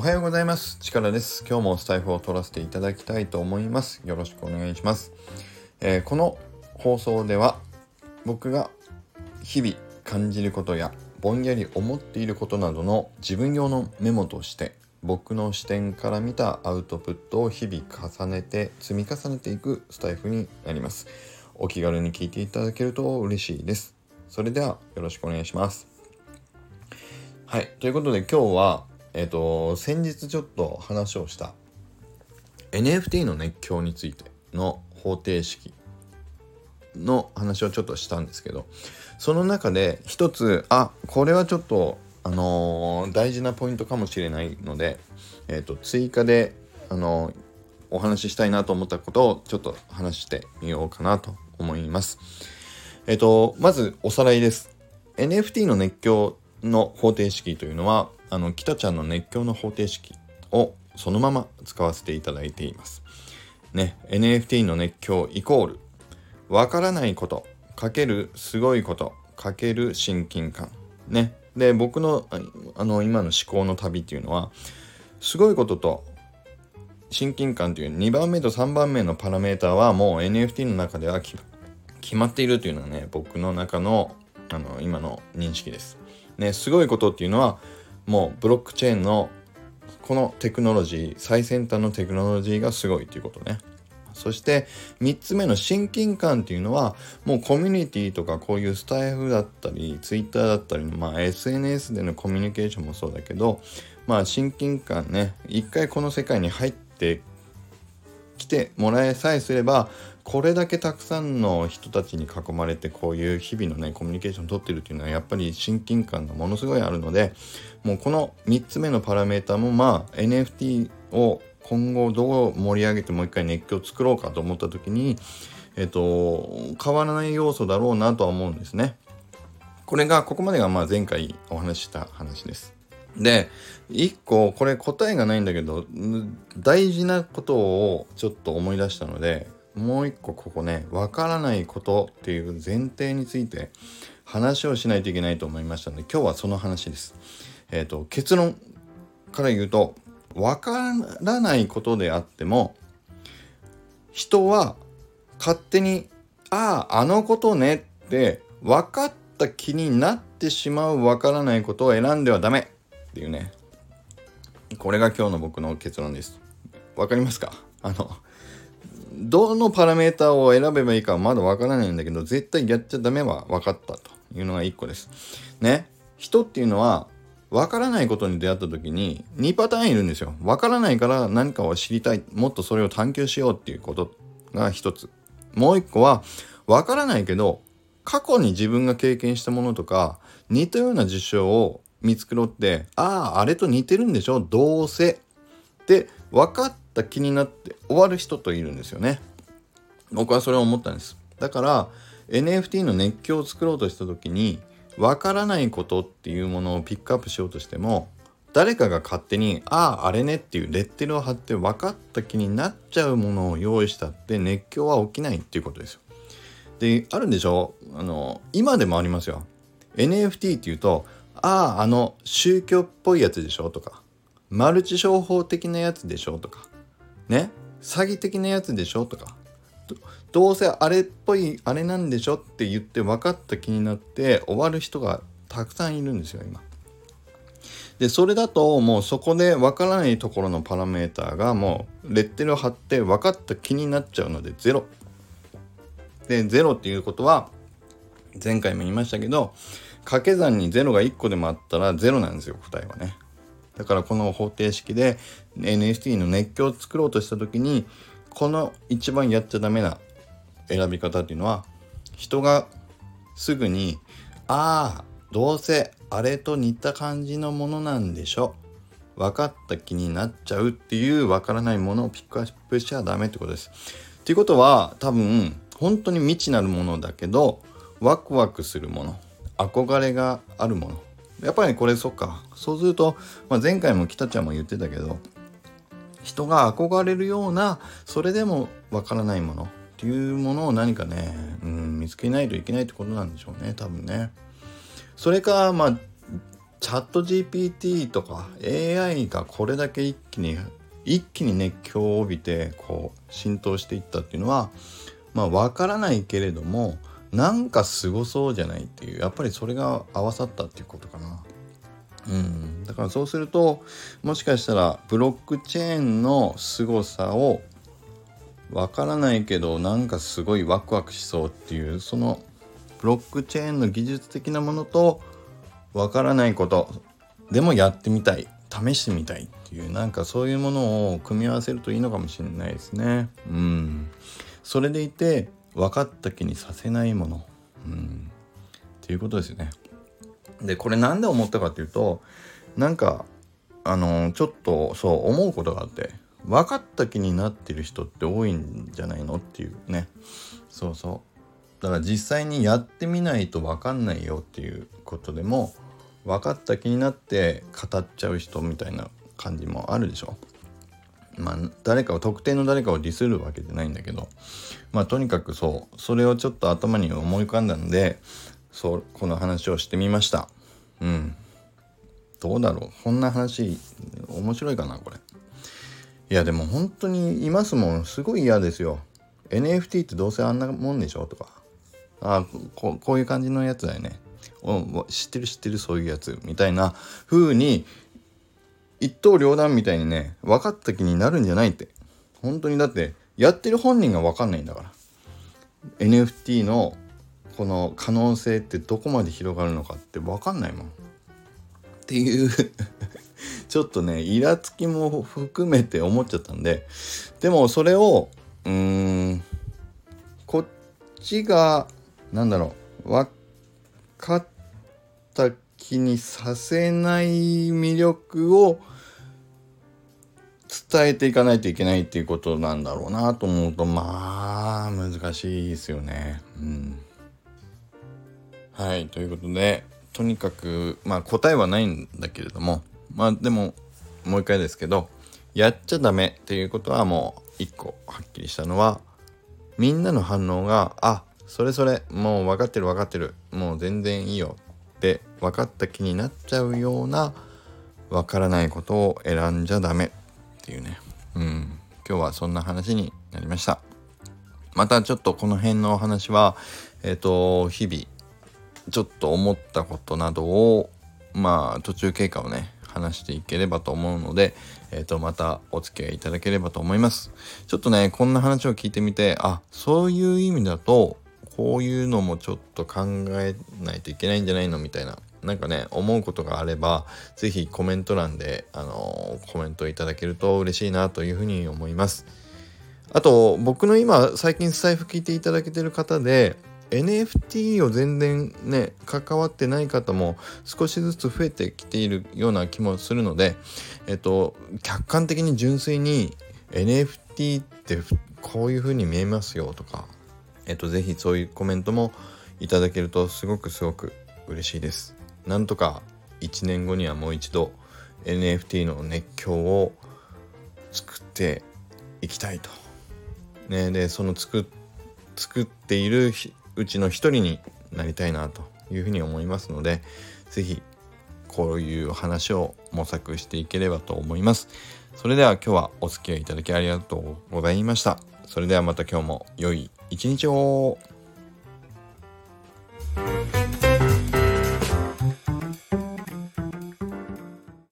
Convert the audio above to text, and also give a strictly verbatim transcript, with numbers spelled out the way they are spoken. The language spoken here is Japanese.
はようございます。チカラです。今日もスタイフを取らせていただきたいと思います。よろしくお願いします。えー、この放送では僕が日々感じることやぼんやり思っていることなどの自分用のメモとして僕の視点から見たアウトプットを日々重ねて積み重ねていくスタイフになります。お気軽に聞いていただけると嬉しいです。それではよろしくお願いします。はい、ということで今日はえっと先日ちょっと話をした エヌエフティー の熱狂についての方程式の話をちょっとしたんですけど、その中で一つあこれはちょっとあのー、大事なポイントかもしれないので、えっと追加であのー、お話ししたいなと思ったことをちょっと話してみようかなと思います。えっとまずおさらいです。 エヌエフティー の熱狂の方程式というのはあのキタちゃんの熱狂の方程式をそのまま使わせていただいていますね。 エヌエフティー の熱狂イコールわからないことかけるすごいことかける親近感ね。で僕のあの今の思考の旅っていうのはすごいことと親近感というにばんめとさんばんめのパラメーターはもう エヌエフティー の中では決まっているというのはね、僕の中のあの今の認識ですね。すごいことっていうのはもうブロックチェーンのこのテクノロジー、最先端のテクノロジーがすごいということね。そしてみっつめの親近感っていうのはもうコミュニティとかこういうスタイフだったりツイッターだったりの、まあ、エスエヌエス でのコミュニケーションもそうだけど、まあ親近感ね、一回この世界に入ってきてもらえさえすればこれだけたくさんの人たちに囲まれてこういう日々のねコミュニケーションを取ってるっていうのはやっぱり親近感がものすごいあるので、もうこのみっつめのパラメータもまあ エヌエフティー を今後どう盛り上げてもう一回熱狂を作ろうかと思った時にえっと変わらない要素だろうなとは思うんですね。これがここまでがまあ前回お話しした話です。で一個これ答えがないんだけど大事なことをちょっと思い出したので、もう一個ここね、わからないことっていう前提について話をしないといけないと思いましたので今日はその話です。えっと結論から言うと、わからないことであっても人は勝手にあああのことねって分かった気になってしまうわからないことを選んではダメっていうね、これが今日の僕の結論です。わかりますか？あのどのパラメーターを選べばいいかはまだわからないんだけど絶対やっちゃダメは分かったというのがいっこですね。人っていうのはわからないことに出会った時ににパターンいるんですよ。わからないから何かを知りたい、もっとそれを探求しようっていうことが一つ。もう一個はわからないけど過去に自分が経験したものとか似たような事象を見繕って、あああれと似てるんでしょどうせで分かった気になって終わる人といるんですよね。僕はそれを思ったんです。だから エヌエフティー の熱狂を作ろうとした時に分からないことっていうものをピックアップしようとしても誰かが勝手にあああれねっていうレッテルを貼って分かった気になっちゃうものを用意したって熱狂は起きないっていうことですよ。であるんでしょ、あの今でもありますよ。 エヌエフティー っていうとあああの宗教っぽいやつでしょとかマルチ商法的なやつでしょとかね、詐欺的なやつでしょとか ど, どうせあれっぽいあれなんでしょって言って分かった気になって終わる人がたくさんいるんですよ今で。それだともうそこで分からないところのパラメーターがもうレッテルを貼って分かった気になっちゃうのでゼロで、ゼロっていうことは前回も言いましたけど掛け算にゼロがいっこでもあったらゼロなんですよ答えはね。だからこの方程式で エヌエフティー の熱狂を作ろうとした時にこの一番やっちゃダメな選び方っていうのは人がすぐにああどうせあれと似た感じのものなんでしょ分かった気になっちゃうっていう分からないものをピックアップしちゃダメってことです。っていうことは多分本当に未知なるものだけどワクワクするもの、憧れがあるもの、やっぱりこれそっか。そうすると、まあ、前回も北ちゃんも言ってたけど人が憧れるようなそれでもわからないものっていうものを何かね、うん、見つけないといけないってことなんでしょうね多分ね。それかまあチャット ジーピーティー とか エーアイ がこれだけ一気に一気に熱狂を帯びてこう浸透していったっていうのはまあわからないけれども、なんかすごそうじゃないっていう、やっぱりそれが合わさったっていうことかな。うん、だからそうするともしかしたらブロックチェーンの凄さをわからないけどなんかすごいワクワクしそうっていう、そのブロックチェーンの技術的なものとわからないことでもやってみたい、試してみたいっていう、なんかそういうものを組み合わせるといいのかもしれないですね。うん、それでいて分かった気にさせないもの、うん、っていうことですよね。でこれなんで思ったかっていうと、なんかあのちょっとそう思うことがあって、分かった気になってる人って多いんじゃないのっていうね。そうそうだから実際にやってみないと分かんないよっていうことでも分かった気になって語っちゃう人みたいな感じもあるでしょ。まあ誰かを特定の誰かをディスるわけじゃないんだけど、まあとにかくそうそれをちょっと頭に思い浮かんだので、そうこの話をしてみました。うん。どうだろう、こんな話面白いかなこれ。いやでも本当にいますもん。すごい嫌ですよ。 エヌエフティー ってどうせあんなもんでしょとか、あここういう感じのやつだよね、お知ってる知ってるそういうやつみたいな風に一刀両断みたいにね分かった気になるんじゃないって。本当にだってやってる本人が分かんないんだから。 エヌエフティー のこの可能性ってどこまで広がるのかって分かんないもんっていうちょっとねイラつきも含めて思っちゃったんで、でもそれをうーんこっちがなんだろう分かった気にさせない魅力を伝えていかないといけないっていうことなんだろうなと思うと、まあ難しいですよね。うん、はいということで、とにかくまあ答えはないんだけれども、まあでももう一回ですけど、やっちゃダメっていうことはもう一個はっきりしたのは、みんなの反応があそれそれもう分かってる分かってるもう全然いいよって分かった気になっちゃうような分からないことを選んじゃダメっていうね。うん今日はそんな話になりました。またちょっとこの辺のお話はえっと日々ちょっと思ったことなどをまあ途中経過をね話していければと思うので、えーとまたお付き合いいただければと思います。ちょっとねこんな話を聞いてみて、あそういう意味だとこういうのもちょっと考えないといけないんじゃないのみたいな、なんかね思うことがあればぜひコメント欄で、あのー、コメントいただけると嬉しいなというふうに思います。あと僕の今最近スタイフ聞いていただけてる方で エヌエフティー を全然ね関わってない方も少しずつ増えてきているような気もするので、えっと客観的に純粋に エヌエフティー ってこういう風に見えますよとか、えっとぜひそういうコメントもいただけるとすごくすごく嬉しいです。なんとかいちねんごにはもう一度 エヌエフティー の熱狂を作っていきたいとね。でその作作っているうちの一人になりたいなというふうに思いますので、ぜひこういう話を模索していければと思います。それでは今日はお付き合いいただきありがとうございました。それではまた今日も良い一日を。